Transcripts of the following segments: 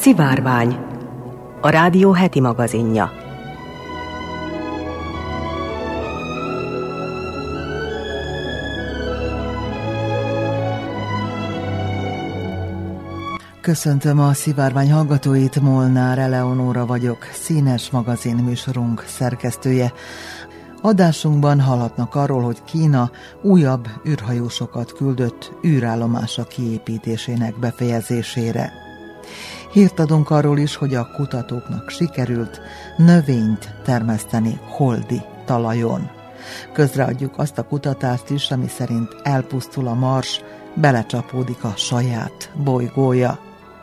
Szivárvány, a rádió heti magazinja. Köszöntöm a Szivárvány hallgatóit, Molnár Eleonóra vagyok, színes magazin műsorunk szerkesztője. Adásunkban hallhatnak arról, hogy Kína újabb űrhajósokat küldött űrállomása kiépítésének befejezésére. Hírt adunk arról is, hogy a kutatóknak sikerült növényt termeszteni holdi talajon. Közreadjuk azt a kutatást is, ami szerint elpusztul a Mars, belecsapódik a saját bolygója.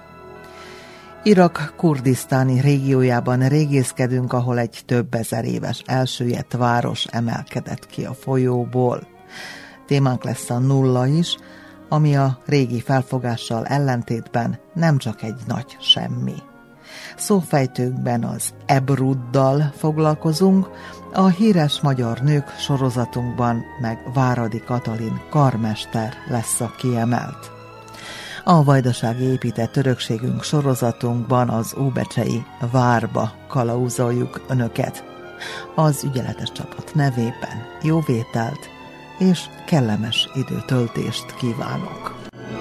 Irak kurdisztáni régiójában régészkedünk, ahol egy több ezer éves elsüllyedt város emelkedett ki a folyóból. Témánk lesz a nulla is, ami a régi felfogással ellentétben nem csak egy nagy semmi. Szófejtőkben az Ebruddal foglalkozunk, a híres magyar nők sorozatunkban meg Váradi Katalin karmester lesz a kiemelt. A vajdasági épített örökségünk sorozatunkban az óbecsei várba kalauzoljuk önöket. Az ügyeletes csapat nevében jó vételt és kellemes időtöltést kívánok!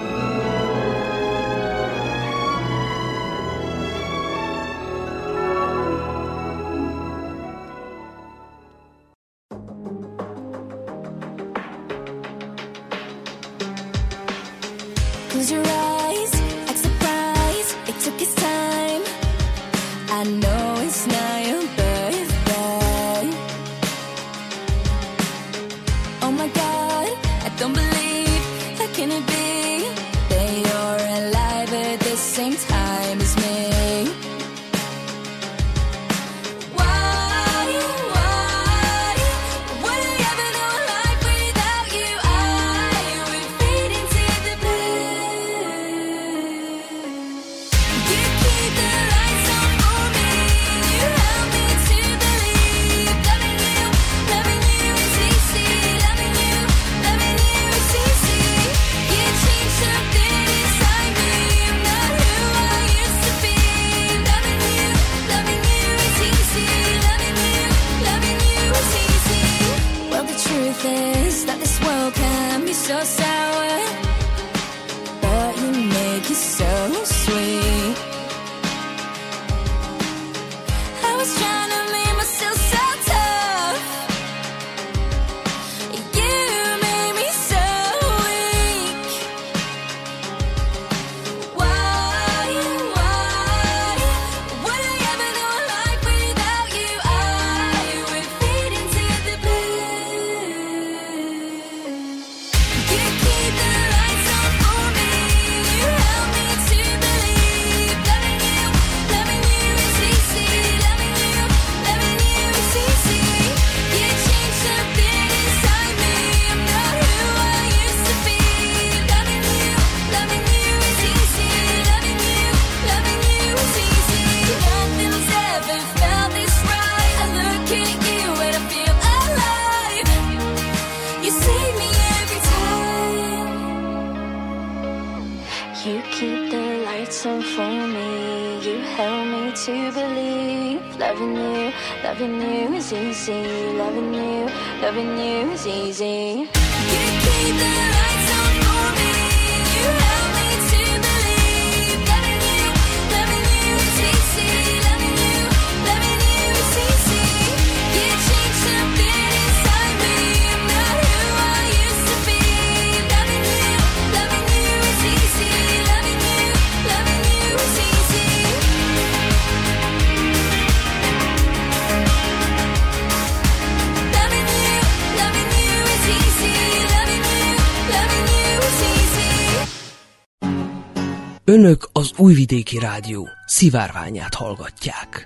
Önök az Újvidéki Rádió szivárványát hallgatják.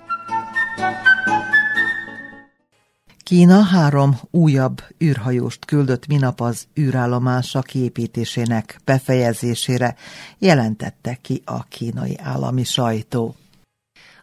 Kína 3 újabb űrhajóst küldött minap az űrállomása kiépítésének befejezésére, jelentette ki a kínai állami sajtó.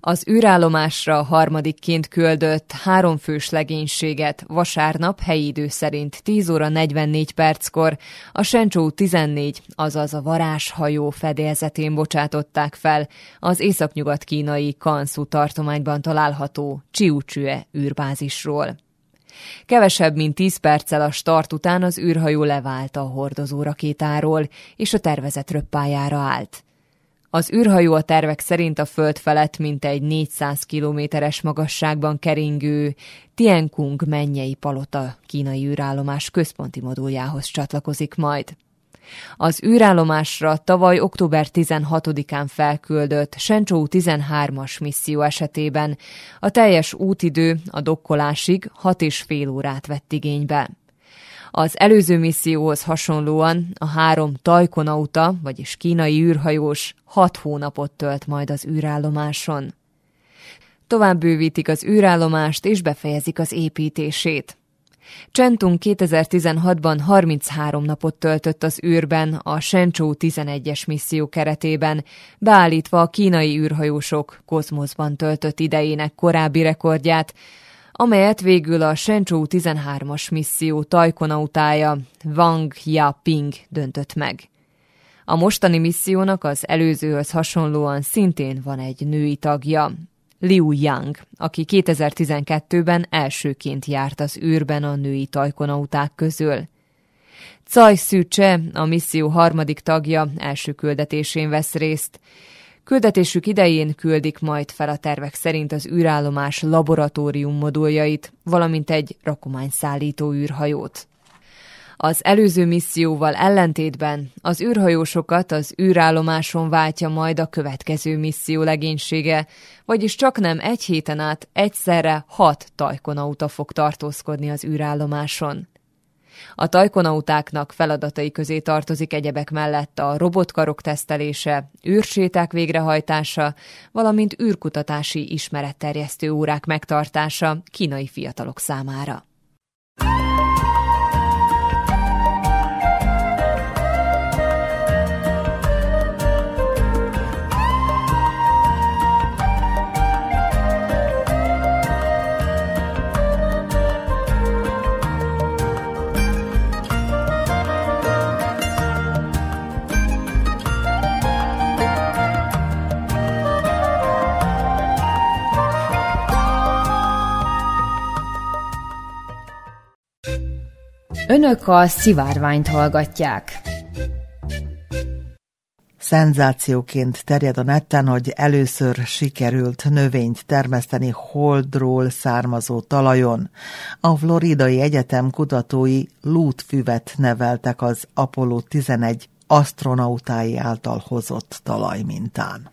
Az űrállomásra harmadikként küldött 3 fős legénységet vasárnap helyi idő szerint 10 óra 44 perckor a Shenzhou 14, azaz a varázshajó fedélzetén bocsátották fel az északnyugat-kínai Kansu tartományban található Csiucsue űrbázisról. Kevesebb mint 10 perccel a start után az űrhajó levált a hordozó rakétáról, és a tervezett röppályára állt. Az űrhajó a tervek szerint a föld felett mintegy 400 kilométeres magasságban keringő Tiankung mennyei palota kínai űrállomás központi moduljához csatlakozik majd. Az űrállomásra tavaly október 16-án felküldött Shenzhou 13-as misszió esetében a teljes útidő a dokkolásig 6,5 órát vett igénybe. Az előző misszióhoz hasonlóan a 3 tajkonauta, vagyis kínai űrhajós 6 hónapot tölt majd az űrállomáson. Tovább bővítik az űrállomást és befejezik az építését. Chentung 2016-ban 33 napot töltött az űrben a Shenzhou 11-es misszió keretében, beállítva a kínai űrhajósok kozmoszban töltött idejének korábbi rekordját, amelyet végül a Shenzhou 13-as misszió tajkonautája Wang Yaping döntött meg. A mostani missziónak az előzőhöz hasonlóan szintén van egy női tagja, Liu Yang, aki 2012-ben elsőként járt az űrben a női tajkonauták közül. Tsai Su-che, a misszió harmadik tagja, első küldetésén vesz részt. Küldetésük idején küldik majd fel a tervek szerint az űrállomás laboratórium moduljait, valamint egy rakományszállító űrhajót. Az előző misszióval ellentétben az űrhajósokat az űrállomáson váltja majd a következő misszió legénysége, vagyis csaknem egy héten át egyszerre 6 tajkonauta fog tartózkodni az űrállomáson. A tajkonautáknak feladatai közé tartozik egyebek mellett a robotkarok tesztelése, űrséták végrehajtása, valamint űrkutatási ismeretterjesztő órák megtartása kínai fiatalok számára. Önök a Szivárványt hallgatják. Szenzációként terjed a netten, hogy először sikerült növényt termeszteni holdról származó talajon. A Floridai Egyetem kutatói lútfüvet neveltek az Apollo 11 asztronautái által hozott talajmintán.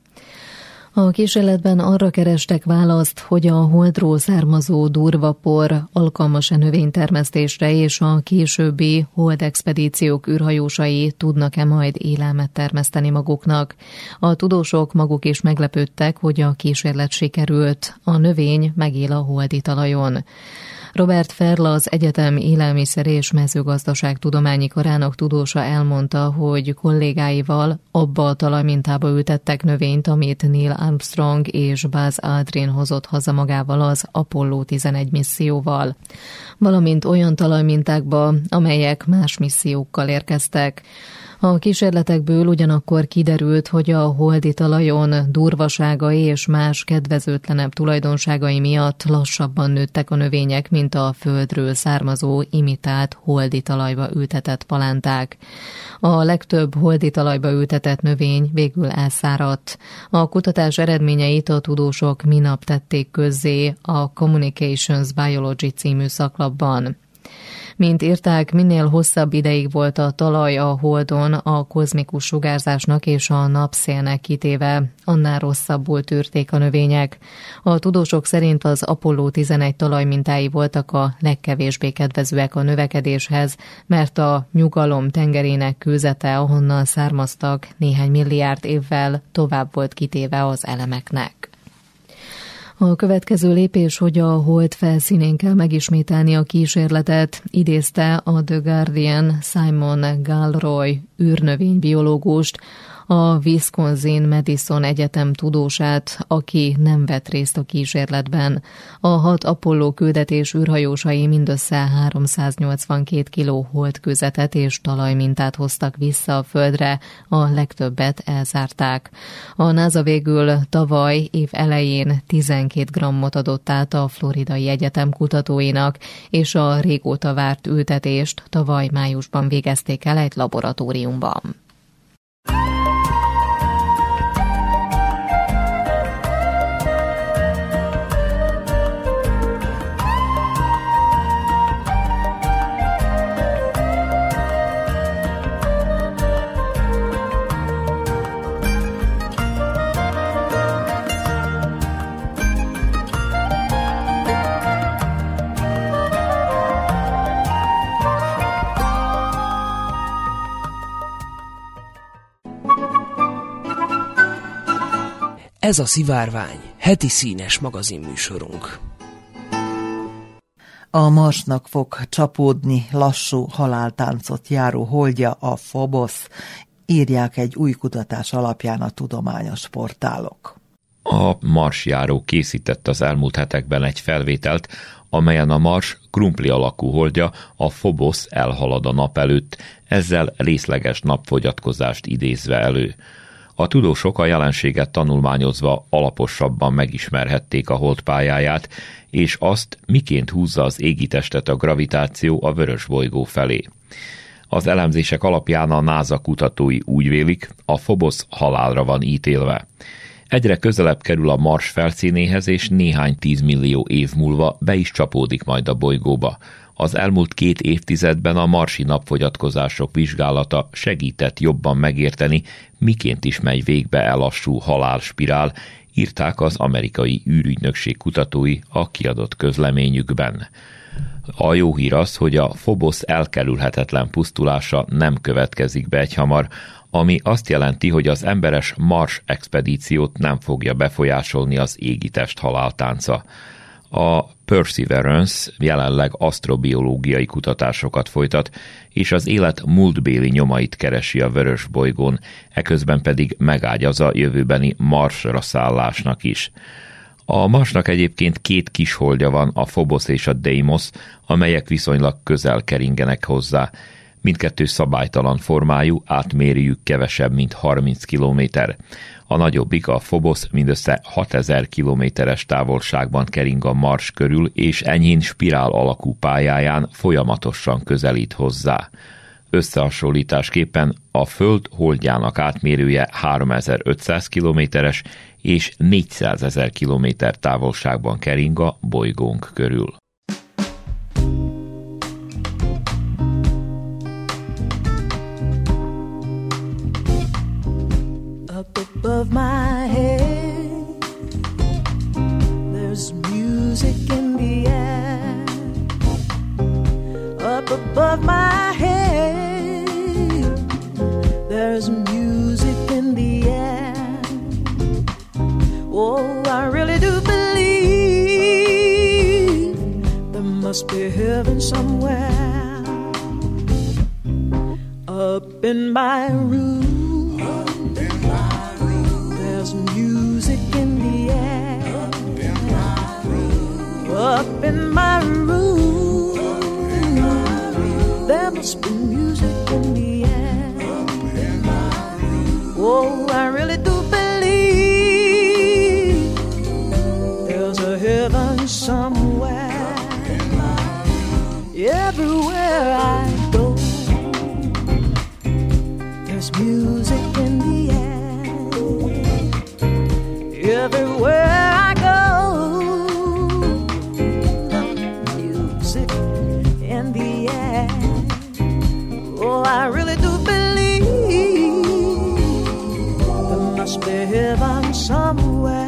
A kísérletben arra kerestek választ, hogy a holdról származó durvapor alkalmas-e növénytermesztésre, és a későbbi holdexpedíciók űrhajósai tudnak-e majd élelmet termeszteni maguknak. A tudósok maguk is meglepődtek, hogy a kísérlet sikerült. A növény megél a holdi talajon. Robert Ferl, az egyetem élelmiszer és mezőgazdaságtudományi karának tudósa elmondta, hogy kollégáival abba a talajmintába ültettek növényt, amit Neil Armstrong és Buzz Aldrin hozott haza magával az Apollo 11 misszióval, valamint olyan talajmintákba, amelyek más missziókkal érkeztek. A kísérletekből ugyanakkor kiderült, hogy a holdi talajon durvaságai és más kedvezőtlenebb tulajdonságai miatt lassabban nőttek a növények, mint a földről származó imitált holdi talajba ültetett palánták. A legtöbb holdi talajba ültetett növény végül elszáradt. A kutatás eredményeit a tudósok minap tették közzé a Communications Biology című szaklapban. Mint írták, minél hosszabb ideig volt a talaj a Holdon a kozmikus sugárzásnak és a napszélnek kitéve, annál rosszabbul tűrték a növények. A tudósok szerint az Apollo 11 talajmintái voltak a legkevésbé kedvezőek a növekedéshez, mert a nyugalom tengerének kőzete, ahonnan származtak, néhány milliárd évvel tovább volt kitéve az elemeknek. A következő lépés, hogy a hold felszínén kell megismételni a kísérletet, idézte a The Guardian Simon Galroy űrnövénybiológust, a Wisconsin-Madison Egyetem tudósát, aki nem vett részt a kísérletben. A 6 Apollo küldetés űrhajósai mindössze 382 kiló holdkőzetet és talajmintát hoztak vissza a Földre, a legtöbbet elzárták. A NASA végül tavaly év elején 12 grammot adott át a Floridai Egyetem kutatóinak, és a régóta várt ültetést tavaly májusban végezték el egy laboratóriumban. Ez a Szivárvány heti színes magazinműsorunk. A Marsnak fog csapódni lassú haláltáncot járó holdja, a Phobos, írják egy új kutatás alapján a tudományos portálok. A Marsjáró készített az elmúlt hetekben egy felvételt, amelyen a Mars krumpli alakú holdja, a Phobos elhalad a nap előtt, ezzel részleges napfogyatkozást idézve elő. A tudósok a jelenséget tanulmányozva alaposabban megismerhették a hold pályáját, és azt, miként húzza az égitestet a gravitáció a vörösbolygó felé. Az elemzések alapján a NASA kutatói úgy vélik, a Phobos halálra van ítélve. Egyre közelebb kerül a Mars felszínéhez, és néhány 10 millió év múlva be is csapódik majd a bolygóba. Az elmúlt 2 évtizedben a marsi napfogyatkozások vizsgálata segített jobban megérteni, miként is megy végbe a lassú halálspirál, írták az amerikai űrügynökség kutatói a kiadott közleményükben. A jó hír az, hogy a Phobos elkerülhetetlen pusztulása nem következik be egyhamar, ami azt jelenti, hogy az emberes Mars expedíciót nem fogja befolyásolni az égitest haláltánca. A Perseverance jelenleg asztrobiológiai kutatásokat folytat, és az élet múltbéli nyomait keresi a vörös bolygón, eközben pedig megágyaz a jövőbeni Marsra szállásnak is. A Marsnak egyébként 2 kisholdja van, a Phobos és a Deimos, amelyek viszonylag közel keringenek hozzá. Mindkettő szabálytalan formájú, átmérőjük kevesebb, mint 30 kilométer. A nagyobbik, a Phobos mindössze 6000 kilométeres távolságban kering a Mars körül, és enyhén spirál alakú pályáján folyamatosan közelít hozzá. Összehasonlításképpen a Föld holdjának átmérője 3500 kilométeres és 400 000 kilométer távolságban kering a bolygónk körül. Above my head, there's music in the air. Up above my head, there's music in the air. Oh, I really do believe there must be heaven somewhere. Up in my room, there's music in the air. Up in my room, there must be music in the air. Oh, I really do believe there's a heaven somewhere. Everywhere I go, there's music in the air. Everywhere I go, music in the air. Oh, I really do believe there must be heaven somewhere.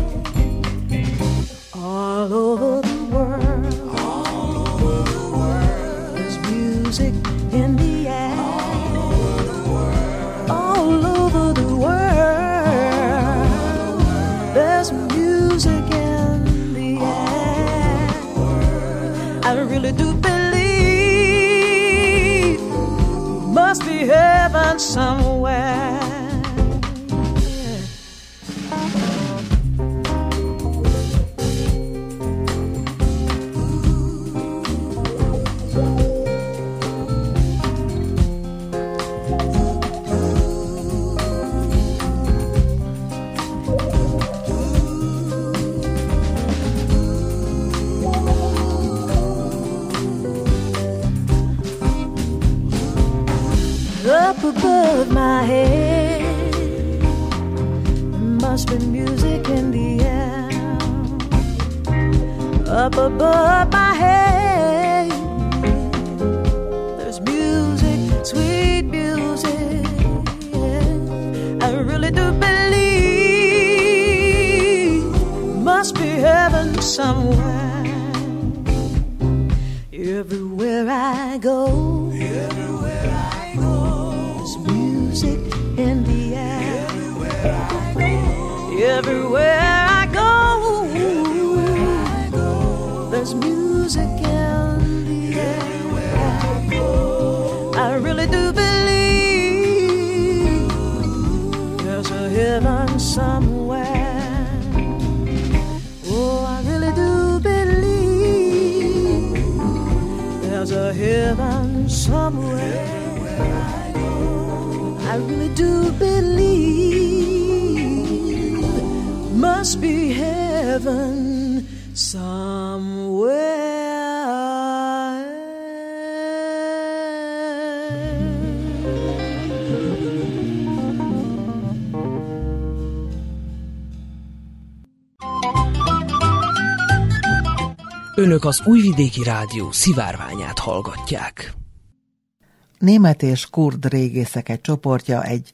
All over the world, there's music in the air. All over the world, there's music in the air. I really do believe must be heaven somewhere. above my head. There must be music in the air. Up above my head, there's music, sweet music. I really do believe must be heaven somewhere. Everywhere I go, there's music in the air. Everywhere I go, there's music in the air. I really do believe there's a heaven somewhere. Oh, I really do believe there's a heaven somewhere. I really do believe must be heaven somewhere. Önök az Újvidéki Rádió szivárványát hallgatják. Német és kurd régészek egy csoportja egy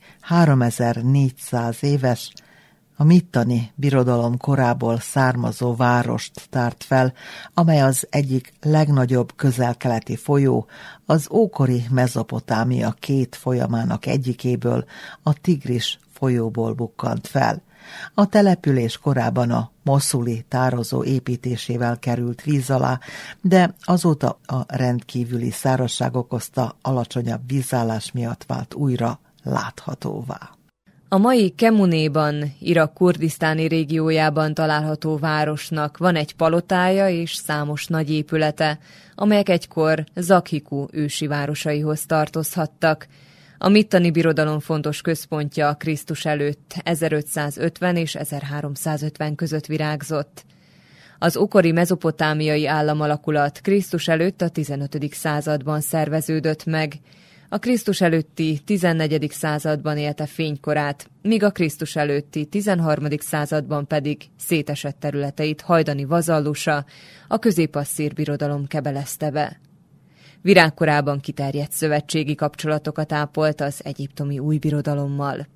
3400 éves, a mittani birodalom korából származó várost tárt fel, amely az egyik legnagyobb közel-keleti folyó, az ókori Mezopotámia két folyamának egyikéből, a Tigris folyóból bukkant fel. A település korábban a moszuli tározó építésével került víz alá, de azóta a rendkívüli szárazság okozta alacsonyabb vízállás miatt vált újra láthatóvá. A mai Kemunéban, Irak kurdisztáni régiójában található városnak van egy palotája és számos nagy épülete, amelyek egykor Zakhiku ősi városaihoz tartozhattak. A mittani birodalom fontos központja Krisztus előtt 1550 és 1350 között virágzott. Az ókori mezopotámiai államalakulat Krisztus előtt a 15. században szerveződött meg. A Krisztus előtti 14. században élte fénykorát, míg a Krisztus előtti 13. században pedig szétesett területeit hajdani vazallusa, a közép-asszír birodalom kebelezte be. Virágkorában kiterjedt szövetségi kapcsolatokat ápolt az egyiptomi új birodalommal.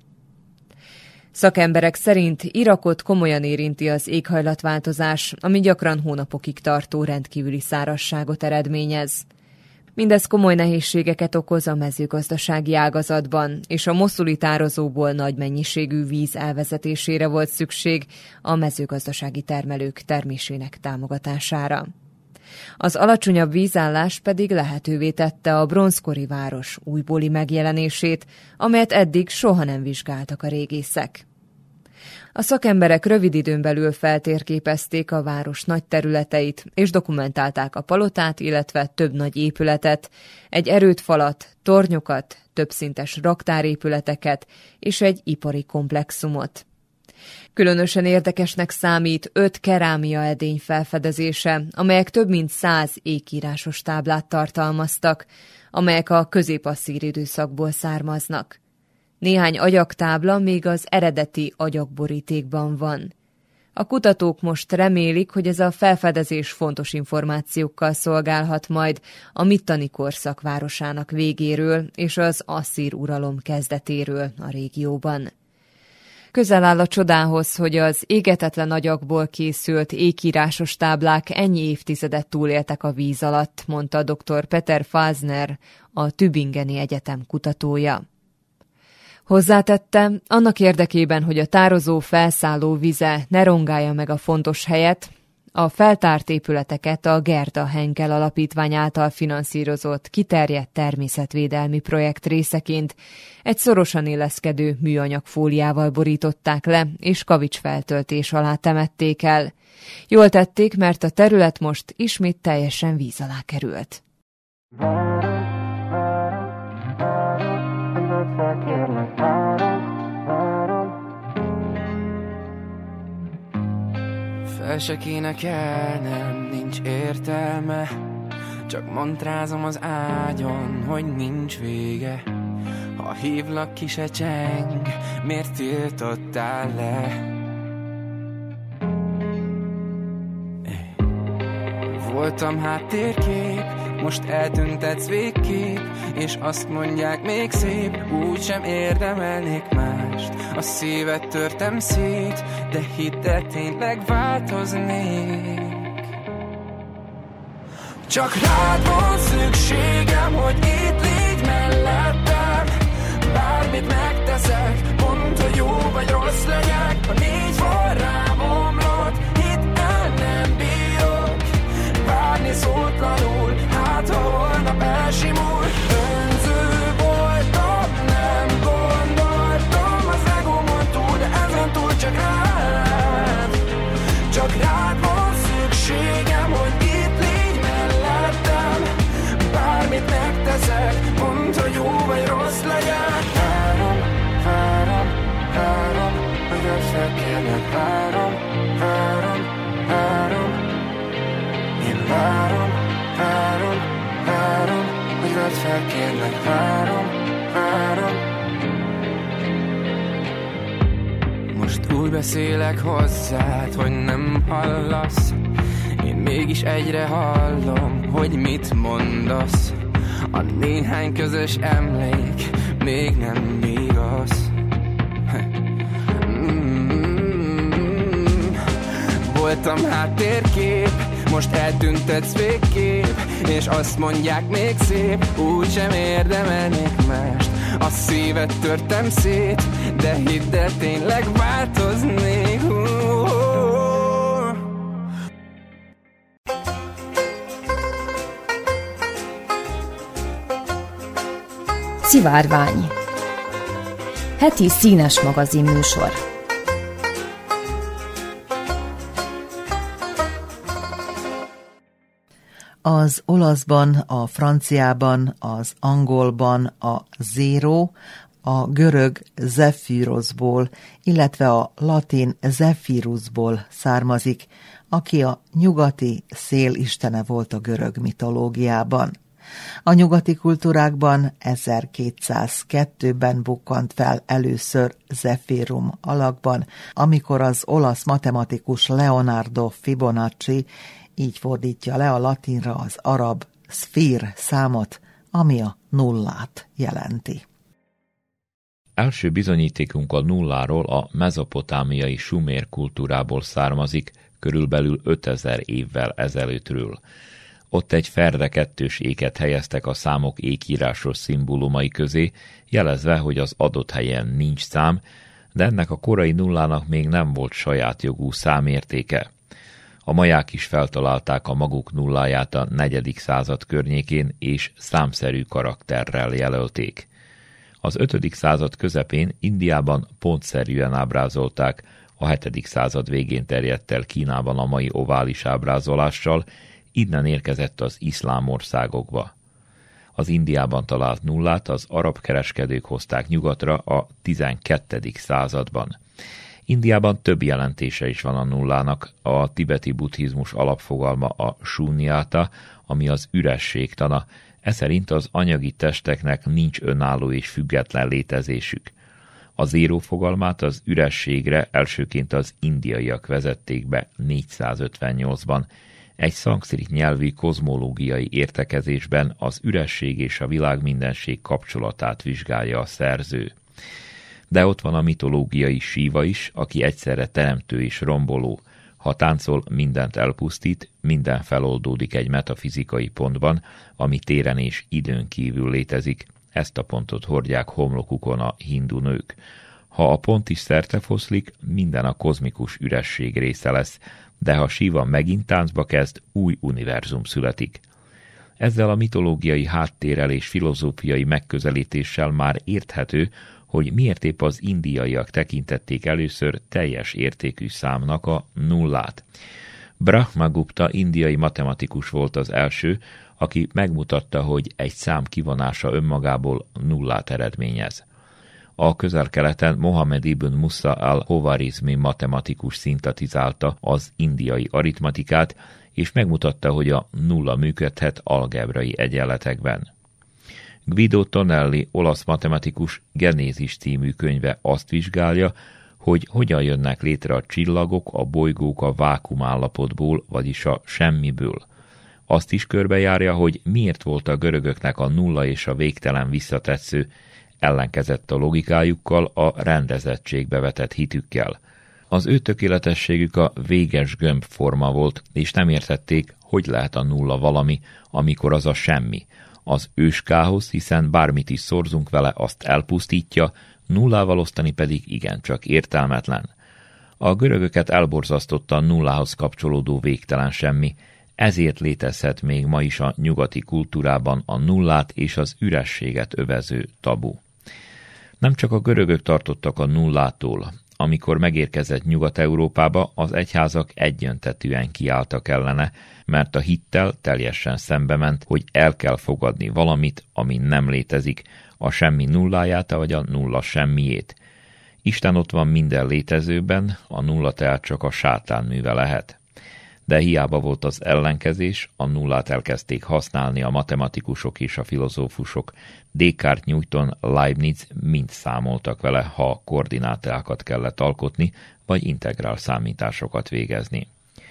Szakemberek szerint Irakot komolyan érinti az éghajlatváltozás, ami gyakran hónapokig tartó rendkívüli szárazságot eredményez. Mindez komoly nehézségeket okoz a mezőgazdasági ágazatban, és a moszuli tározóból nagy mennyiségű víz elvezetésére volt szükség a mezőgazdasági termelők termésének támogatására. Az alacsonyabb vízállás pedig lehetővé tette a bronzkori város újbóli megjelenését, amelyet eddig soha nem vizsgáltak a régészek. A szakemberek rövid időn belül feltérképezték a város nagy területeit, és dokumentálták a palotát, illetve több nagy épületet, egy erődfalat, tornyokat, többszintes raktárépületeket és egy ipari komplexumot. Különösen érdekesnek számít 5 kerámia edény felfedezése, amelyek több mint 100 ékírásos táblát tartalmaztak, amelyek a közép-asszír időszakból származnak. Néhány agyagtábla még az eredeti agyagborítékban van. A kutatók most remélik, hogy ez a felfedezés fontos információkkal szolgálhat majd a mittani korszak városának végéről és az asszír uralom kezdetéről a régióban. Közel áll a csodához, hogy az égetetlen agyagból készült ékírásos táblák ennyi évtizedet túléltek a víz alatt, mondta dr. Peter Fasner, a Tübingeni Egyetem kutatója. Hozzátette, annak érdekében, hogy a tározó felszálló vize ne rongálja meg a fontos helyet, a feltárt épületeket a Gerda Henkel Alapítvány által finanszírozott kiterjedt természetvédelmi projekt részeként egy szorosan illeszkedő műanyag fóliával borították le, és kavicsfeltöltés alá temették el. Jól tették, mert a terület most ismét teljesen víz alá került. Fel se kéne kelnem, nincs értelme, csak mantrázom az ágyon, hogy nincs vége. Ha hívlak ki se cseng, miért tiltottál le? Voltam háttérkép, most eltüntetsz végképp, és azt mondják még szép, úgysem érdemelnék mást. A szívet törtem szét, de hidd el, tényleg változnék. Csak rád van szükségem, hogy itt légy mellettem. Bármit megteszek, mondd, hogy jó vagy rossz legyek. Ha 4 forrám omlott, hidd el, nem bírok várni szótlanul, hát ha holnap elsimul. Önző voltam, nem gondoltam az egómon túl, de ezen túl csak rád. Csak rád van szükségem, hogy itt légy mellettem. Bármit megteszek, mondd, hogy jó vagy rossz legyek. Várom, várom, várom, hogy azt felkérlek. Várom, várom, várom. Én várom, várom, várom, hogy vedd fel, kérlek. Várom, várom. Most úgy beszélek hozzád, hogy nem hallasz. Én mégis egyre hallom, hogy mit mondasz. A néhány közös emlék még nem igaz. Voltam háttérkép, most eltüntetsz végképp, és azt mondják még szép, úgysem érdemelnék mást. A szívet törtem szét, de hidd el, tényleg változnék. Szivárvány. Heti színes magazinműsor. Az olaszban, a franciában, az angolban a zero, a görög zephyrosból, illetve a latin zephyrusból származik, aki a nyugati szél istene volt a görög mitológiában. A nyugati kultúrákban 1202-ben bukkant fel először Zephyrum alakban, amikor az olasz matematikus Leonardo Fibonacci így fordítja le a latinra az arab szfír számot, ami a nullát jelenti. Első bizonyítékunk a nulláról a mezopotámiai sumér kultúrából származik, körülbelül 5000 évvel ezelőttről. Ott egy ferde kettős éket helyeztek a számok ékírásos szimbólumai közé, jelezve, hogy az adott helyen nincs szám, de ennek a korai nullának még nem volt saját jogú számértéke. A maják is feltalálták a maguk nulláját a 4. század környékén, és számszerű karakterrel jelölték. Az 5. század közepén Indiában pontszerűen ábrázolták, a 7. század végén terjedt el Kínában a mai ovális ábrázolással, innen érkezett az iszlám országokba. Az Indiában talált nullát az arab kereskedők hozták nyugatra a 12. században. Indiában több jelentése is van a nullának, a tibeti buddhizmus alapfogalma a sunyata, ami az üresség tana, eszerint az anyagi testeknek nincs önálló és független létezésük. A zéró fogalmát az ürességre elsőként az indiaiak vezették be 458-ban, egy szanszkrit nyelvű kozmológiai értekezésben az üresség és a világmindenség kapcsolatát vizsgálja a szerző. De ott van a mitológiai Síva is, aki egyszerre teremtő és romboló. Ha táncol, mindent elpusztít, minden feloldódik egy metafizikai pontban, ami téren és időn kívül létezik. Ezt a pontot hordják homlokukon a hindu nők. Ha a pont is szertefoszlik, minden a kozmikus üresség része lesz, de ha Síva megint táncba kezd, új univerzum születik. Ezzel a mitológiai háttérrel és filozófiai megközelítéssel már érthető, hogy miért épp az indiaiak tekintették először teljes értékű számnak a nullát. Brahmagupta indiai matematikus volt az első, aki megmutatta, hogy egy szám kivonása önmagából nullát eredményez. A Közel-Keleten Mohamed ibn Musa al-Hovarizmi matematikus szintetizálta az indiai aritmatikát, és megmutatta, hogy a nulla működhet algebrai egyenletekben. Guido Tonelli olasz matematikus Genézis című könyve azt vizsgálja, hogy hogyan jönnek létre a csillagok, a bolygók a vákum állapotból, vagyis a semmiből. Azt is körbejárja, hogy miért volt a görögöknek a nulla és a végtelen visszatetsző, ellenkezett a logikájukkal, a rendezettségbe vetett hitükkel. Az ő tökéletességük a véges gömb forma volt, és nem értették, hogy lehet a nulla valami, amikor az a semmi. Az őskáosz, hiszen bármit is szorzunk vele, azt elpusztítja, nullával osztani pedig igencsak értelmetlen. A görögöket elborzasztotta a nullához kapcsolódó végtelen semmi, ezért létezhet még ma is a nyugati kultúrában a nullát és az ürességet övező tabu. Nem csak a görögök tartottak a nullától. Amikor megérkezett Nyugat-Európába, az egyházak egyöntetűen kiálltak ellene, mert a hittel teljesen szembe ment, hogy el kell fogadni valamit, ami nem létezik, a semmi nulláját vagy a nulla semmiét. Isten ott van minden létezőben, a nulla tehát csak a sátán műve lehet. De hiába volt az ellenkezés, a nullát elkezdték használni a matematikusok és a filozófusok. Descartes, Newton, Leibniz mind számoltak vele, ha koordinátákat kellett alkotni, vagy integrál számításokat végezni.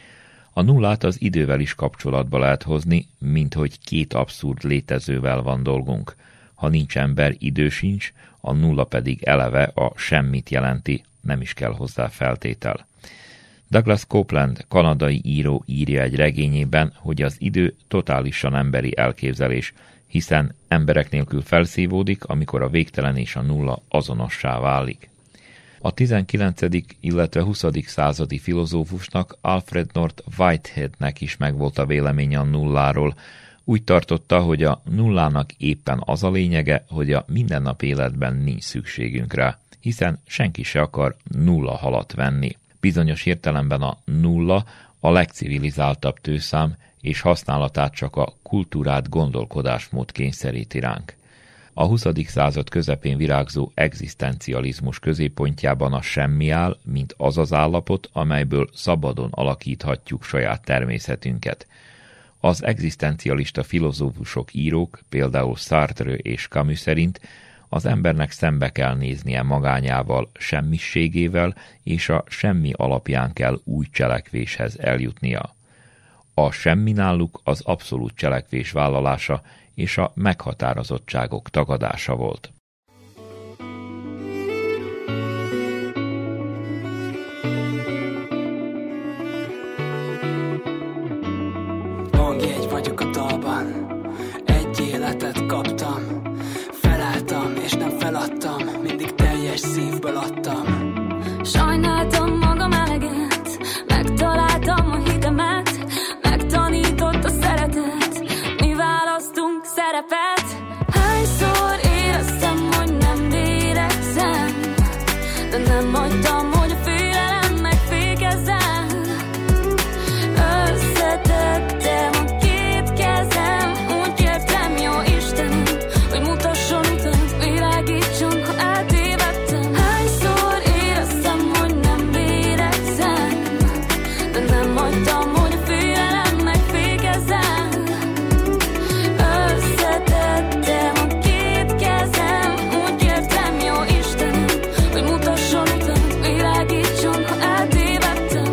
A nullát az idővel is kapcsolatba lehet hozni, mint hogy két abszurd létezővel van dolgunk. Ha nincs ember, idő sincs, a nulla pedig eleve a semmit jelenti, nem is kell hozzá feltétel. Douglas Copeland, kanadai író írja egy regényében, hogy az idő totálisan emberi elképzelés, hiszen emberek nélkül felszívódik, amikor a végtelen és a nulla azonossá válik. A 19. illetve 20. századi filozófusnak, Alfred North Whiteheadnek is megvolt a véleménye a nulláról. Úgy tartotta, hogy a nullának éppen az a lényege, hogy a mindennapi életben nincs szükségünk rá, hiszen senki se akar nulla halat venni. Bizonyos értelemben a nulla a legcivilizáltabb tőszám, és használatát csak a kultúrát gondolkodásmód kényszeríti ránk. A 20. század közepén virágzó egzisztencializmus középpontjában a semmi áll, mint az az állapot, amelyből szabadon alakíthatjuk saját természetünket. Az egzisztencialista filozófusok, írók, például Sartre és Camus szerint az embernek szembe kell néznie magányával, semmiségével, és a semmi alapján kell új cselekvéshez eljutnia. A semmi náluk az abszolút cselekvés vállalása és a meghatározottságok tagadása volt. Hangjegy vagyok a dalban, egy életet kaptam, felálltam és nem feladtam, mindig teljes szívből adtam. Sajnáltam magam eleget, megtaláltam a hitemet, megtanított a szeretet, mi választunk szerepet. Hányszor éreztem, hogy nem védekszem, de nem hagytam, hogy a félelem megfékezzen. Összetettem a két kezem, úgy kértem, jó Istenem, hogy mutasson utat, világítson, ha eltévedtem. Hányszor éreztem, hogy nem védekszem, de nem hagytam, hogy a félelem megfékezzen. Összetettem a két kezem, úgy kértem, jó Istenem, hogy mutasson utat, világítson, ha eltévedtem.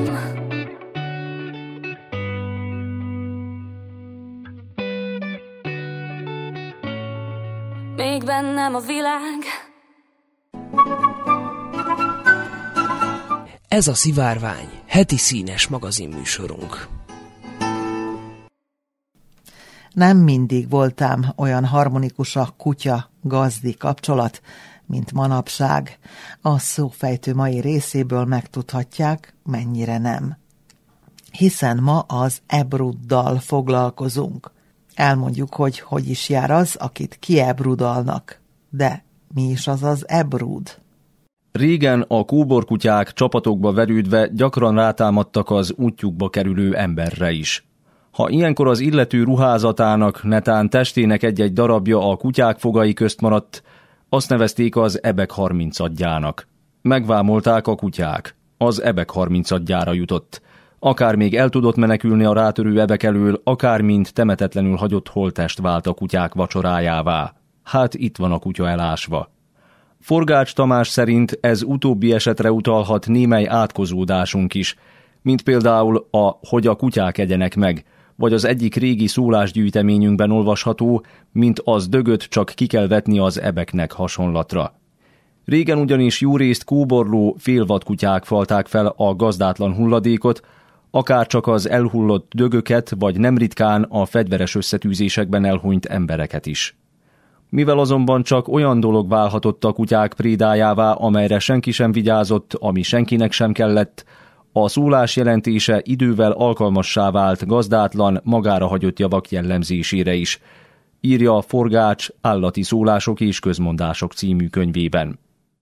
Még bennem a világ. Ez a Szivárvány, heti színes magazinműsorunk. Nem mindig voltám olyan harmonikus a kutya-gazdi kapcsolat, mint manapság. A szófejtő mai részéből megtudhatják, mennyire nem. Hiszen ma az ebruddal foglalkozunk. Elmondjuk, hogy is jár az, akit kiebrudalnak. De mi is az az ebrud? Régen a kóborkutyák csapatokba verődve gyakran rátámadtak az útjukba kerülő emberre is. Ha ilyenkor az illető ruházatának, netán testének egy-egy darabja a kutyák fogai közt maradt, azt nevezték az ebek 30-adjának. Megvámolták a kutyák. Az ebek 30-adjára jutott. Akár még el tudott menekülni a rátörő ebek elől, akár mint temetetlenül hagyott holttest vált a kutyák vacsorájává. hát itt van a kutya elásva. Forgács Tamás szerint ez utóbbi esetre utalhat némely átkozódásunk is, mint például hogy a kutyák egyenek meg, vagy az egyik régi szólásgyűjteményünkben olvasható, mint az dögöt csak ki kell vetni az ebeknek hasonlatra. Régen ugyanis jórészt kóborló félvadkutyák falták fel a gazdátlan hulladékot, akár csak az elhullott dögöket, vagy nem ritkán a fegyveres összetűzésekben elhunyt embereket is. Mivel azonban csak olyan dolog válhatott a kutyák prédájává, amelyre senki sem vigyázott, ami senkinek sem kellett, a szólás jelentése idővel alkalmassá vált gazdátlan, magára hagyott javak jellemzésére is, írja a Forgács Állati szólások és közmondások című könyvében.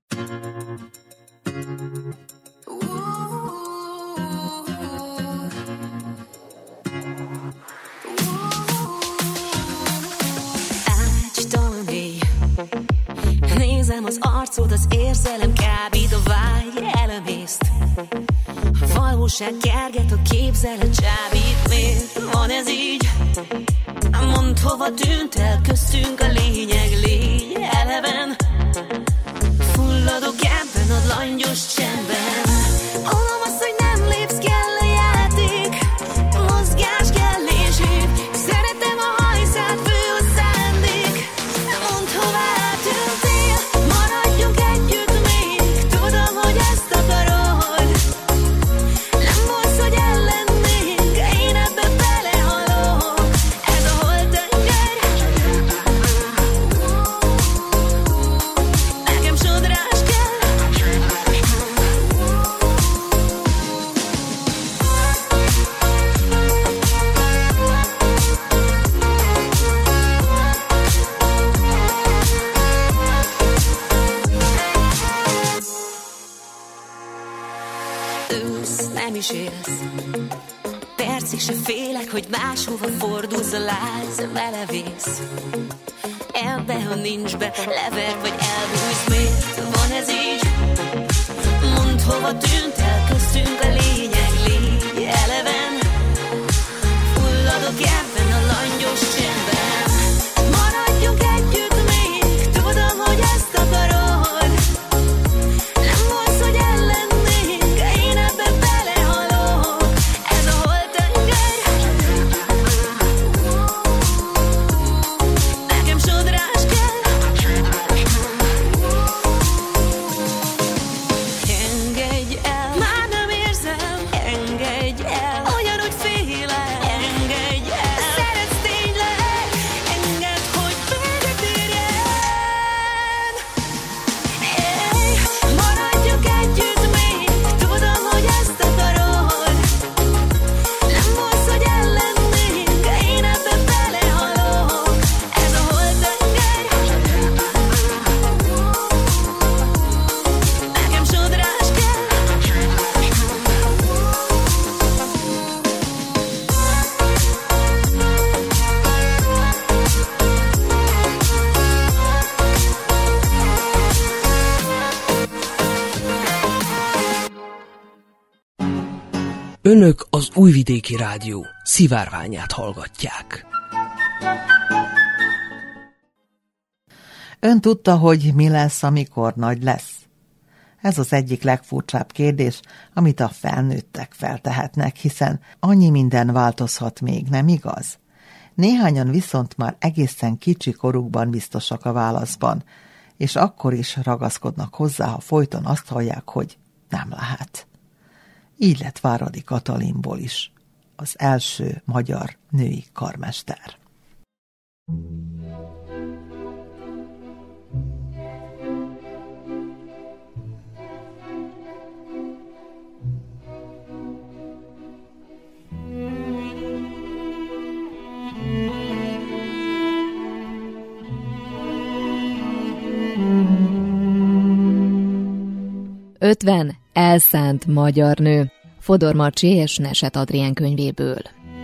Nézem az arcod, az érzelem kábít, a vágy elemészt. A valóság kerget, a képzelet csábít. Miért van ez így? Mondd, hova tűnt el köztünk a lényeg, légy eleven. Fulladok ebben a langyos csendben. Mondom azt, hogy nem lépsz, kell a játék. Mozgás kell és hív. Szeretem a hajszát, fő a szándék. Mondd, hová eltűntél. Maradjunk együtt még. Tudom, hogy ezt akarod. Nem volsz, hogy ellennénk. Én ebbe belehalok. Ez a holtenger. Nekem sodrás kell. Ősz, nem is élsz. Percig se félek, hogy máshova fordulsz, a láz vele vész. Ebbe, ha nincs be, lever vagy elbújsz. Miért van ez így? Mondd, hova tűnt el köztünk a lényeg, légy eleven. Fulladok ebben a langyos csendben. Maradjunk együtt még, tudom, hogy ezt akarod. Nem volsz, hogy ellennénk, én ebbe belehalok. Ez a holtenger. Nekem sodrás kell. Engedj el, már nem érzem. Engedj el, olyan, hogy félek. Engedj el, szeretsz tényleg. Engedd, hogy véget érjen. Hey, maradjunk együtt még. Tudom, hogy ezt akarod. Nem volsz, hogy ellennénk. Én ebbe belehalok. Ez a holtenger. Nekem sodrás kell. Önök az Újvidéki Rádió szivárványát hallgatják. Ön tudta, hogy mi lesz, amikor nagy lesz? Ez az egyik legfurcsább kérdés, amit a felnőttek feltehetnek, hiszen annyi minden változhat még, nem igaz? Néhányan viszont már egészen kicsi korukban biztosak a válaszban, és akkor is ragaszkodnak hozzá, ha folyton azt hallják, hogy nem lehet. Így lett Váradi Katalinból is az első magyar női karmester. Ötven elszánt magyar nő. Fodor Marcsi és Neset Adrien könyvéből.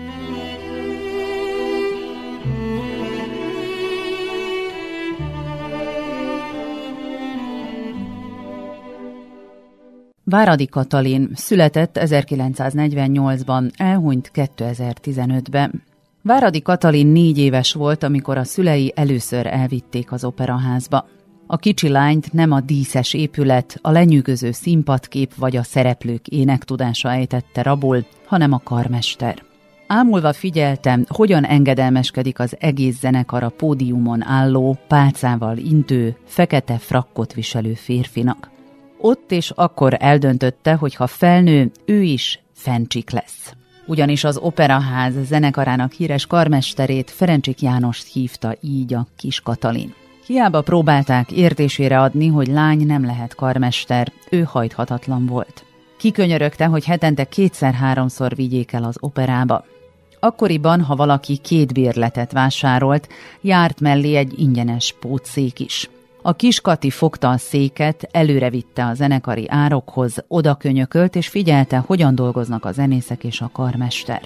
Váradi Katalin született 1948-ban, elhunyt 2015-ben. Váradi Katalin 4 éves volt, amikor a szülei először elvitték az operaházba. A kicsi lányt nem a díszes épület, a lenyűgöző színpadkép vagy a szereplők énektudása ejtette rabul, hanem a karmester. Ámulva figyeltem, hogyan engedelmeskedik az egész zenekar a pódiumon álló, pálcával intő, fekete frakkot viselő férfinak. Ott és akkor eldöntötte, hogy ha felnő, ő is Fencsik lesz. Ugyanis az Operaház zenekarának híres karmesterét, Ferencsik Jánost hívta így a kis Katalin. Hiába próbálták értésére adni, hogy lány nem lehet karmester, ő hajthatatlan volt. Kikönyörögte, hogy hetente 2-3-szor vigyék el az operába. Akkoriban, ha valaki 2 bérletet vásárolt, járt mellé egy ingyenes pótszék is. A kis Kati fogta a széket, előrevitte a zenekari árokhoz, oda könyökölt és figyelte, hogyan dolgoznak a zenészek és a karmester.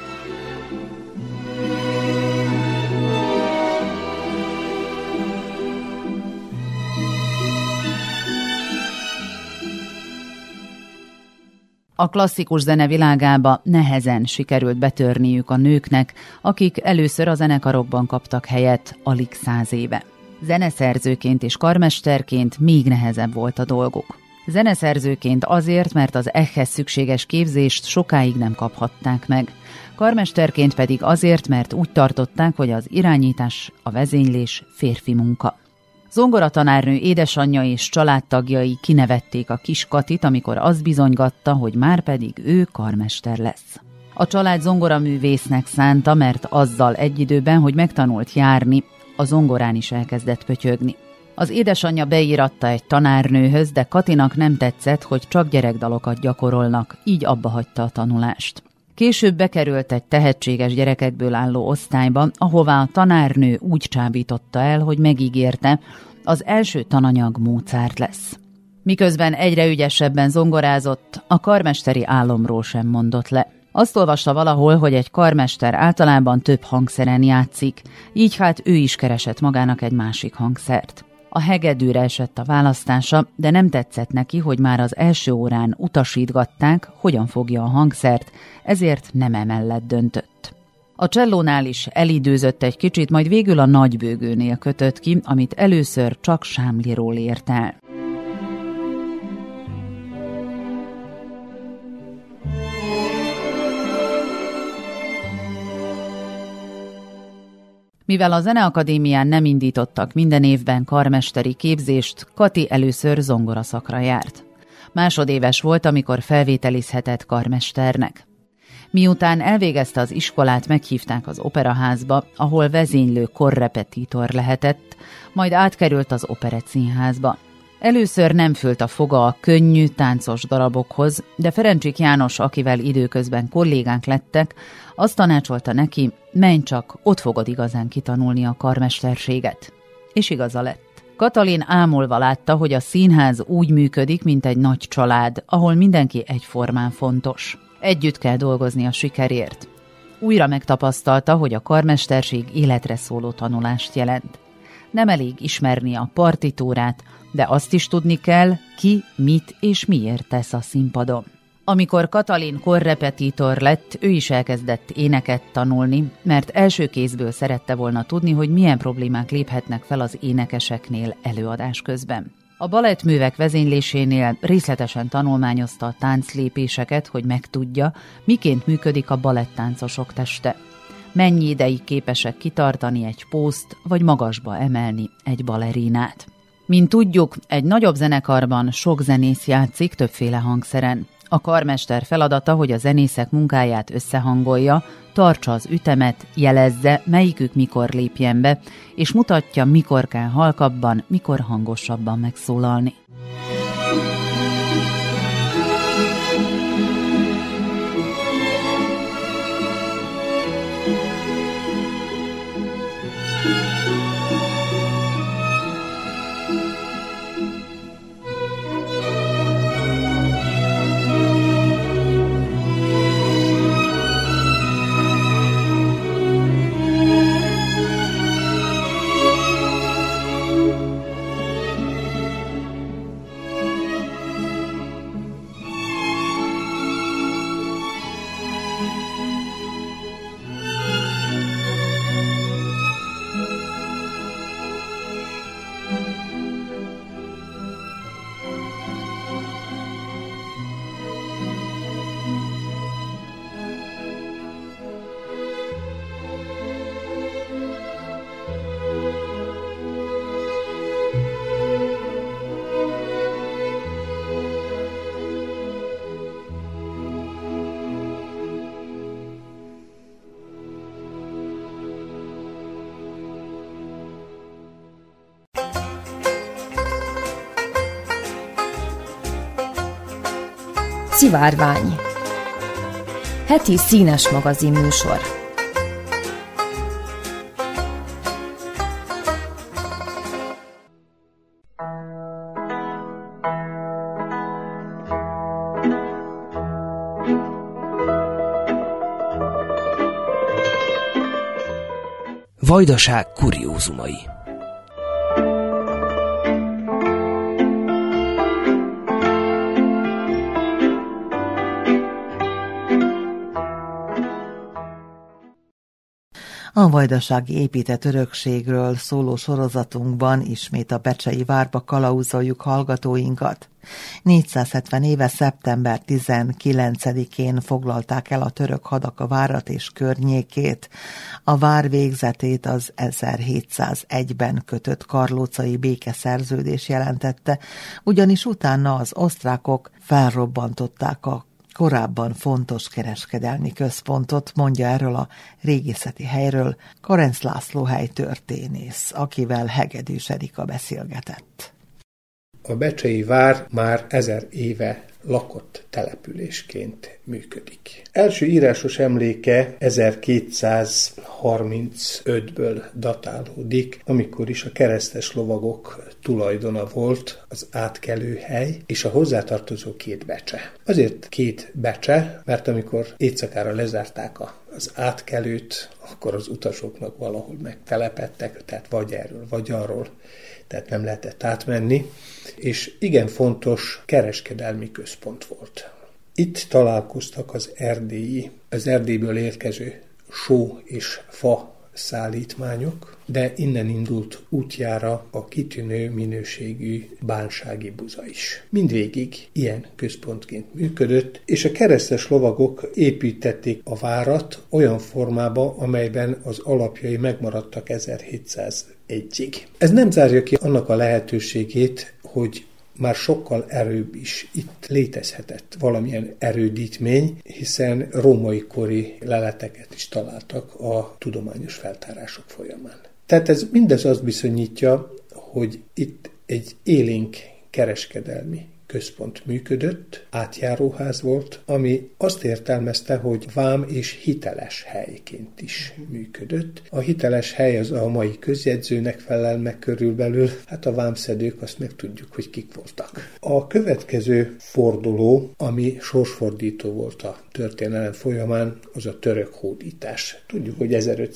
A klasszikus zene világába nehezen sikerült betörniük a nőknek, akik először a zenekarokban kaptak helyet alig 100 éve. Zeneszerzőként és karmesterként még nehezebb volt a dolguk. Zeneszerzőként azért, mert az ehhez szükséges képzést sokáig nem kaphatták meg. Karmesterként pedig azért, mert úgy tartották, hogy az irányítás, a vezénylés férfi munka. Zongoratanárnő édesanyja és családtagjai kinevették a kis Katit, amikor azt bizonygatta, hogy már pedig ő karmester lesz. A család zongoraművésznek szánta, mert azzal egy időben, hogy megtanult járni, a zongorán is elkezdett pötyögni. Az édesanyja beíratta egy tanárnőhöz, de Katinak nem tetszett, hogy csak gyerekdalokat gyakorolnak, így abba hagyta a tanulást. Később bekerült egy tehetséges gyerekekből álló osztályba, ahová a tanárnő úgy csábította el, hogy megígérte, az első tananyag Mozart lesz. Miközben egyre ügyesebben zongorázott, a karmesteri álomról sem mondott le. Azt olvasta valahol, hogy egy karmester általában több hangszeren játszik, így hát ő is keresett magának egy másik hangszert. A hegedűre esett a választása, de nem tetszett neki, hogy már az első órán utasítgatták, hogyan fogja a hangszert, ezért nem emellett döntött. A csellónál is elidőzött egy kicsit, majd végül a nagybőgőnél kötött ki, amit először csak sámliról ért el. Mivel a Zeneakadémián nem indítottak minden évben karmesteri képzést, Kati először zongoraszakra járt. Másodéves volt, amikor felvételizhetett karmesternek. Miután elvégezte az iskolát, meghívták az operaházba, ahol vezénylő korrepetitor lehetett, majd átkerült az Operettszínházba. Először nem fült a foga a könnyű, táncos darabokhoz, de Ferencsik János, akivel időközben kollégánk lettek, azt tanácsolta neki, menj csak, ott fogod igazán kitanulni a karmesterséget. És igaza lett. Katalin ámulva látta, hogy a színház úgy működik, mint egy nagy család, ahol mindenki egyformán fontos. Együtt kell dolgozni a sikerért. Újra megtapasztalta, hogy a karmesterség életre szóló tanulást jelent. Nem elég ismerni a partitúrát, de azt is tudni kell, ki, mit és miért tesz a színpadon. Amikor Katalin korrepetitor lett, ő is elkezdett éneket tanulni, mert első kézből szerette volna tudni, hogy milyen problémák léphetnek fel az énekeseknél előadás közben. A balettművek vezénylésénél részletesen tanulmányozta a tánclépéseket, hogy megtudja, miként működik a balettáncosok teste. Mennyi ideig képesek kitartani egy pószt, vagy magasba emelni egy balerinát. Mint tudjuk, egy nagyobb zenekarban sok zenész játszik többféle hangszeren. A karmester feladata, hogy a zenészek munkáját összehangolja, tartsa az ütemet, jelezze, melyikük mikor lépjen be, és mutatja, mikor kell halkabban, mikor hangosabban megszólalni. Szivárvány. Heti színes magazinműsor. Vajdaság kuriózumai. A vajdasági épített örökségről szóló sorozatunkban ismét a Becsei várba kalauzoljuk hallgatóinkat. 470 éve szeptember 19-én foglalták el a török hadak a várat és környékét. A vár végzetét az 1701-ben kötött karlócai békeszerződés jelentette, ugyanis utána az osztrákok felrobbantották a korábban fontos kereskedelmi központot, mondja erről a régészeti helyről Karenc László helytörténész, akivel Hegedűs Erika beszélgetett. A becsei vár már 1000 éve lakott településként működik. Első írásos emléke 1235-ből datálódik, amikor is a keresztes lovagok tulajdona volt az átkelőhely és a hozzátartozó 2 becse. Azért 2 becse, mert amikor éjszakára lezárták az átkelőt, akkor az utasoknak valahol megtelepedtek, tehát vagy erről, vagy arról, tehát nem lehetett átmenni, és igen fontos kereskedelmi központ volt. Itt találkoztak az Erdélyből érkező só és fa szállítmányok, de innen indult útjára a kitűnő minőségű bánsági buza is. Mindvégig ilyen központként működött, és a keresztes lovagok építették a várat olyan formába, amelyben az alapjai megmaradtak 1701-ig. Ez nem zárja ki annak a lehetőségét, hogy már sokkal erőbb is itt létezhetett valamilyen erődítmény, hiszen római kori leleteket is találtak a tudományos feltárások folyamán. Tehát mindez azt bizonyítja, hogy itt egy élénk kereskedelmi központ működött, átjáróház volt, ami azt értelmezte, hogy vám és hiteles helyként is működött. A hiteles hely az a mai közjegyzőnek felel meg körülbelül, hát a vámszedők azt meg tudjuk, hogy kik voltak. A következő forduló, ami sorsfordító volt a történelem folyamán, az a török hódítás. Tudjuk, hogy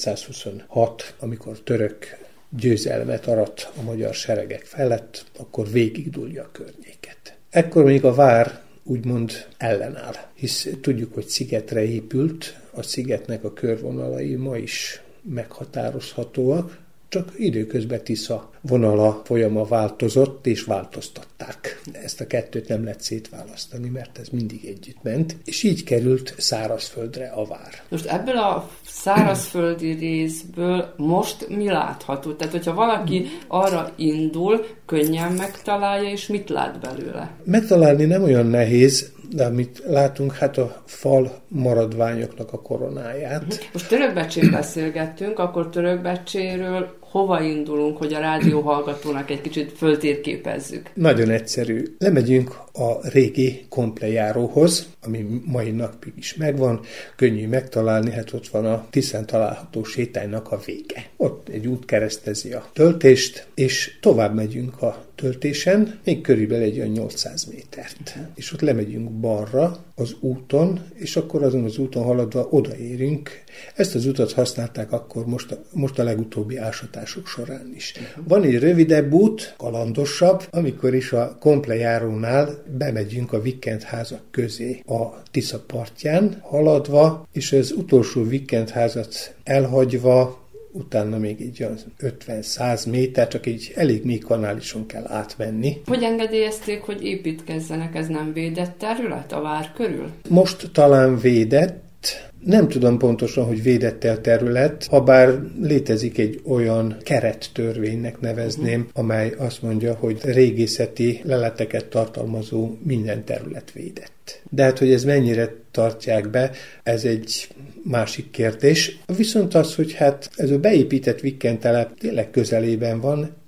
1526, amikor török győzelmet arat a magyar seregek felett, akkor végigdúlja a környéket. Ekkor még a vár úgymond ellenáll, hisz tudjuk, hogy szigetre épült, a szigetnek a körvonalai ma is meghatározhatóak, csak időközben Tisza vonala folyama változott, és változtatták. Ezt a kettőt nem lehet szétválasztani, mert ez mindig együtt ment, és így került szárazföldre a vár. Most ebből a szárazföldi részből most mi látható? Tehát, hogyha valaki arra indul, könnyen megtalálja, és mit lát belőle? Megtalálni nem olyan nehéz, de amit látunk, hát a fal maradványoknak a koronáját. Most Törökbecsén beszélgettünk, akkor Törökbecséről hova indulunk, hogy a rádió hallgatónak egy kicsit föltérképezzük? Nagyon egyszerű. Lemegyünk a régi komplejáróhoz, ami mai napig is megvan, könnyű megtalálni, hát ott van a Tiszán található sétánynak a vége. Ott egy út keresztezi a töltést, és tovább megyünk a töltésen, még körülbelül egy olyan 800 métert. És ott lemegyünk balra az úton, és akkor azon az úton haladva odaérünk. Ezt az utat használták akkor most a legutóbbi ásatások során is. Van egy rövidebb út, kalandosabb, amikor is a komplejárónál bemegyünk a vikendházak közé a Tisza partján haladva, és az utolsó vikendházat elhagyva utána még egy olyan 50-100 méter, csak egy elég mély kanálison kell átmenni. Hogy engedélyezték, hogy építkezzenek, ez nem védett terület a vár körül? Most talán védett, nem tudom pontosan, hogy védett el terület, habár létezik egy olyan kerettörvénynek nevezném, amely azt mondja, hogy régészeti leleteket tartalmazó minden terület védett. De hát, hogy ez mennyire tartják be, ez egy másik kérdés. Viszont az, hogy hát ez a beépített vikkentelep tényleg közelében van,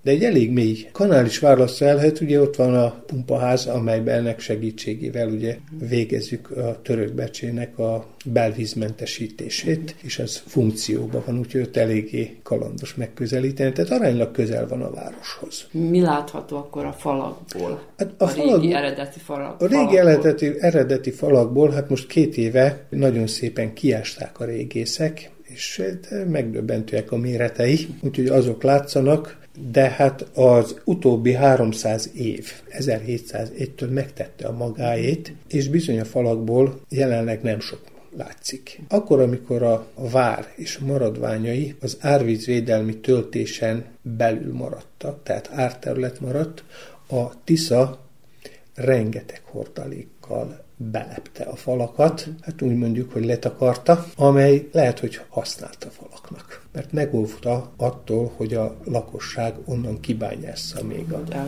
de egy elég mély kanál is választja el, ugye ott van a pumpaház, amelyben ennek segítségével ugye végezzük a Törökbecsének a belvízmentesítését, és ez funkcióban van, úgyhogy ott eléggé kalandos megközelíteni, tehát aránylag közel van a városhoz. Mi látható akkor a falakból? Hát a régi eredeti falakból? A régi eredeti falakból, hát most 2 éve nagyon szépen kiásták a régészek, és megdöbbentőek a méretei, úgyhogy azok látszanak, de hát az utóbbi 300 év, 1701-től megtette a magáét, és bizony a falakból jelenleg nem sok látszik. Akkor, amikor a vár és maradványai az árvízvédelmi töltésen belül maradtak, tehát árterület maradt, a Tisza rengeteg hordalékkal belepte a falakat, hát úgy mondjuk, hogy letakarta, amely lehet, hogy használta falaknak. Mert megóvta attól, hogy a lakosság onnan kibányásza még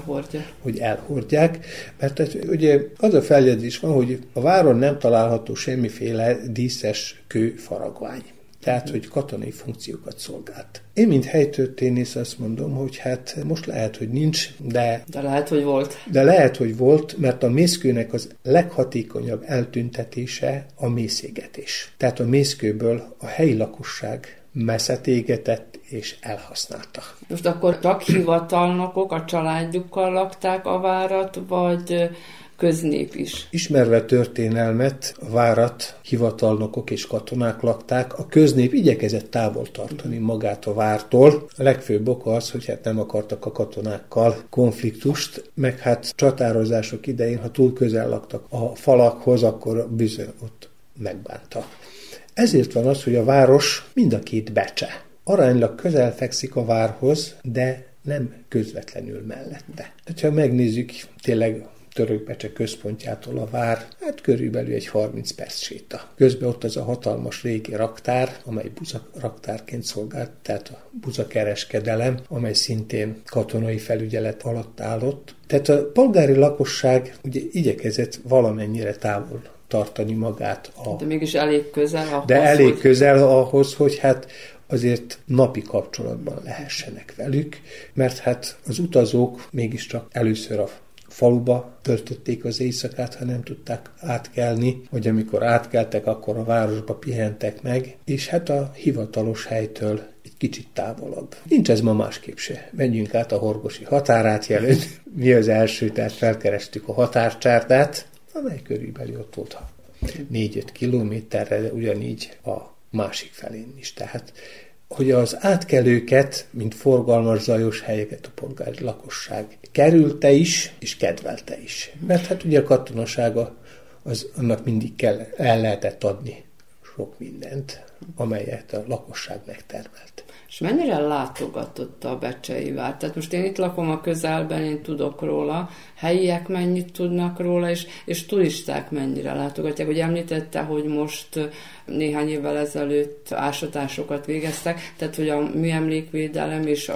hogy elhordják. Mert ugye az a feljegyzés van, hogy a váron nem található semmiféle díszes kőfaragvány. Tehát, hogy katonai funkciókat szolgált. Én, mint helytörténész azt mondom, hogy hát most lehet, hogy nincs, de lehet, hogy volt. De lehet, hogy volt, mert a mészkőnek az leghatékonyabb eltüntetése a mészégetés. Tehát a mészkőből a helyi lakosság messzet égetett és elhasználta. Most akkor csak hivatalnokok a családjukkal lakták a várat, vagy köznép is? Ismerve történelmet, a várat hivatalnokok és katonák lakták, a köznép igyekezett távol tartani magát a vártól. A legfőbb oka az, hogy hát nem akartak a katonákkal konfliktust, meg hát csatározások idején, ha túl közel laktak a falakhoz, akkor bizony ott megbánta. Ezért van az, hogy a város mind a 2 becse. Aránylag közel fekszik a várhoz, de nem közvetlenül mellette. Ha megnézzük tényleg Törökbecse központjától a vár, hát körülbelül egy 30 perc séta. Közben ott az a hatalmas régi raktár, amely buzaraktárként szolgált, tehát a buzakereskedelem, amely szintén katonai felügyelet alatt állott. Tehát a polgári lakosság ugye igyekezett valamennyire távol tartani magát. De mégis elég közel ahhoz. De elég közel ahhoz, hogy hát azért napi kapcsolatban lehessenek velük, mert hát az utazók mégiscsak először a faluba töltötték az éjszakát, ha nem tudták átkelni, vagy amikor átkeltek, akkor a városba pihentek meg, és hát a hivatalos helytől egy kicsit távolabb. Nincs ez ma másképp se. Menjünk át a horgosi határát jelölt. Mi az első, tehát felkerestük a határcsárdát, amely körülbelül ott volt 4-5 kilométerre, de ugyanígy a másik felén is. Tehát hogy az átkelőket, mint forgalmas zajos helyeket a polgári lakosság kerülte is, és kedvelte is. Mert hát ugye a katonasága, annak mindig el lehetett adni sok mindent, amelyet a lakosság megtermelt. És mennyire látogatott a becsei vár? Tehát most én itt lakom a közelben, én tudok róla, helyiek mennyit tudnak róla, és turisták mennyire látogatják. Ugye említette, hogy most néhány évvel ezelőtt ásatásokat végeztek, tehát hogy a műemlékvédelem és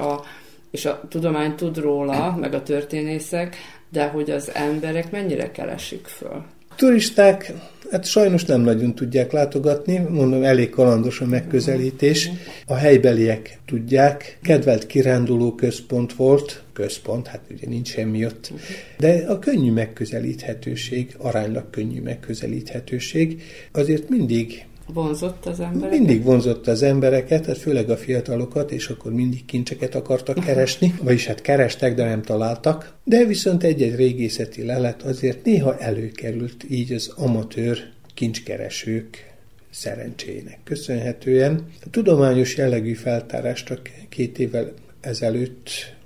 a tudomány tud róla, meg a történészek, de hogy az emberek mennyire keresik föl? Turisták, hát sajnos nem nagyon tudják látogatni, mondom, elég kalandos a megközelítés. A helybeliek tudják, kedvelt kiránduló központ volt, hát ugye nincs semmi ott, de a könnyű megközelíthetőség, aránylag könnyű megközelíthetőség azért mindig vonzott az embereket? Mindig vonzott az embereket, hát főleg a fiatalokat, és akkor mindig kincseket akartak keresni, vagyis hát kerestek, de nem találtak. De viszont egy-egy régészeti lelet azért néha előkerült így az amatőr kincskeresők szerencséjének köszönhetően. A tudományos jellegű feltárás csak 2 évvel ezelőtt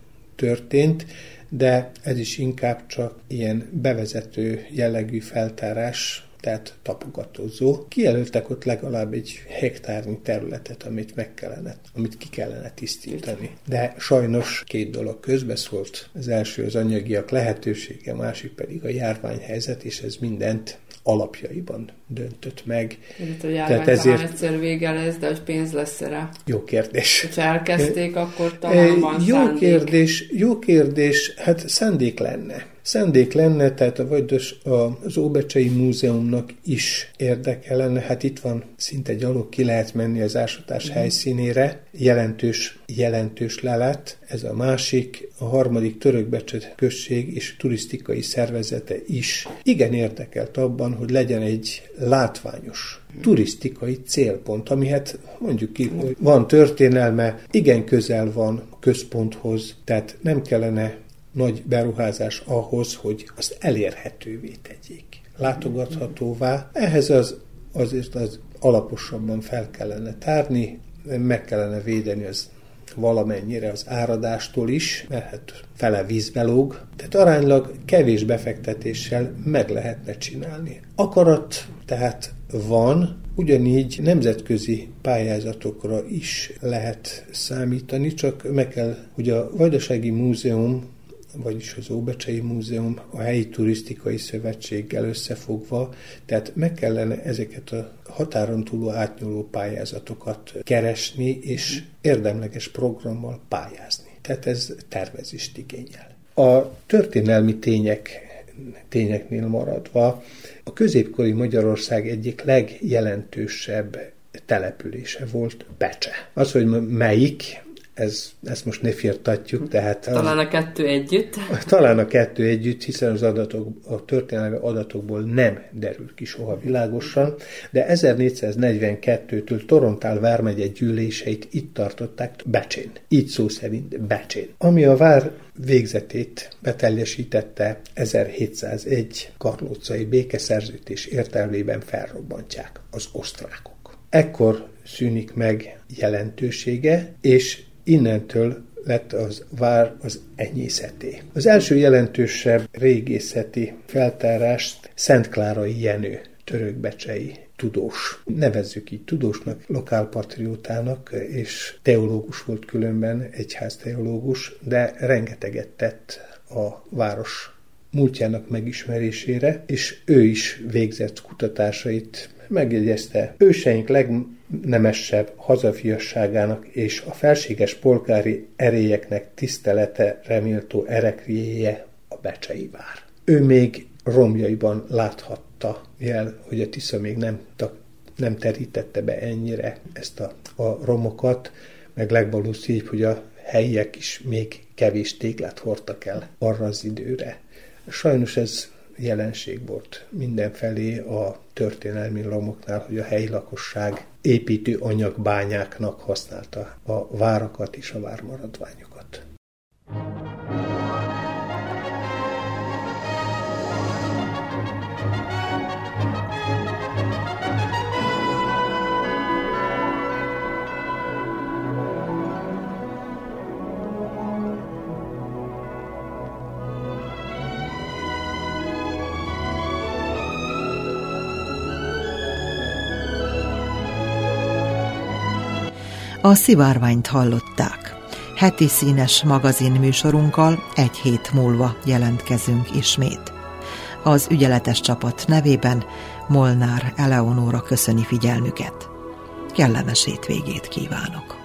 történt, de ez is inkább csak ilyen bevezető jellegű feltárás, tehát tapogatózó. Kijelöltek ott legalább egy hektárnyi területet, amit ki kellene tisztítani. De sajnos 2 dolog közbeszólt. Az első az anyagiak lehetősége, a másik pedig a járványhelyzet, és ez mindent alapjaiban döntött meg. A járvány talán egyszer vége lesz, de hogy pénz lesz rá? Jó kérdés. Ha elkezdték, akkor talán van szándék. Jó kérdés, hát szándék lenne. szándék lenne, tehát az Óbecsei Múzeumnak is érdeke lenne, hát itt van szinte gyalog, ki lehet menni az ásatás helyszínére, jelentős lelet, ez a másik, a harmadik Törökbecse község és turisztikai szervezete is igen érdekelt abban, hogy legyen egy látványos turisztikai célpont, ami hát mondjuk ki, hogy van történelme, igen közel van a központhoz, tehát nem kellene nagy beruházás ahhoz, hogy azt elérhetővé tegyék, látogathatóvá. Ehhez azért az alaposabban fel kellene tárni, meg kellene védeni az valamennyire az áradástól is, mert hát fele vízbe lóg, tehát aránylag kevés befektetéssel meg lehetne csinálni. Akarat tehát van, ugyanígy nemzetközi pályázatokra is lehet számítani, csak meg kell, hogy a Vajdasági Múzeum, vagyis az Óbecsei Múzeum a helyi turisztikai szövetséggel összefogva, tehát meg kellene ezeket a határon túló átnyúló pályázatokat keresni, és érdemleges programmal pályázni. Tehát ez tervezést igényel. A történelmi tényeknél maradva, a középkori Magyarország egyik legjelentősebb települése volt Becse. Az, hogy melyik, ezt most ne firtatjuk, tehát... Talán a kettő együtt. Talán a kettő együtt, hiszen a történelmi adatokból nem derül ki soha világosan, de 1442-től Torontál vármegye gyűléseit itt tartották Becsén. Így szó szerint Becsén. Ami a vár végzetét beteljesítette, 1701 karlócai békeszerződés értelmében felrobbantják az osztrákok. Ekkor szűnik meg jelentősége, és innentől lett az vár az enyészeté. Az első jelentősebb régészeti feltárást Szentklárai Jenő, törökbecsei tudós. Nevezzük így tudósnak, lokálpatriótának, és teológus volt különben, egyházteológus, de rengeteget tett a város múltjának megismerésére, és ő is végzett kutatásait, megjegyezte őseink legnemesebb hazafiasságának és a felséges polgári erélyeknek tisztelete reméltó ereklyéje a becsei vár. Ő még romjaiban láthatta jel, hogy a Tisza még nem terítette be ennyire ezt a romokat, meg legvalószínűbb, hogy a helyiek is még kevés téglát hordtak el arra az időre. Sajnos ez jelenség volt mindenfelé a történelmi romoknál, hogy a helyi lakosság építő anyagbányáknak használta a várakat és a vármaradványokat. A Szivárványt hallották. Heti színes magazin műsorunkkal egy hét múlva jelentkezünk ismét. Az ügyeletes csapat nevében Molnár Eleonóra köszöni figyelmüket. Kellemes hétvégét kívánok!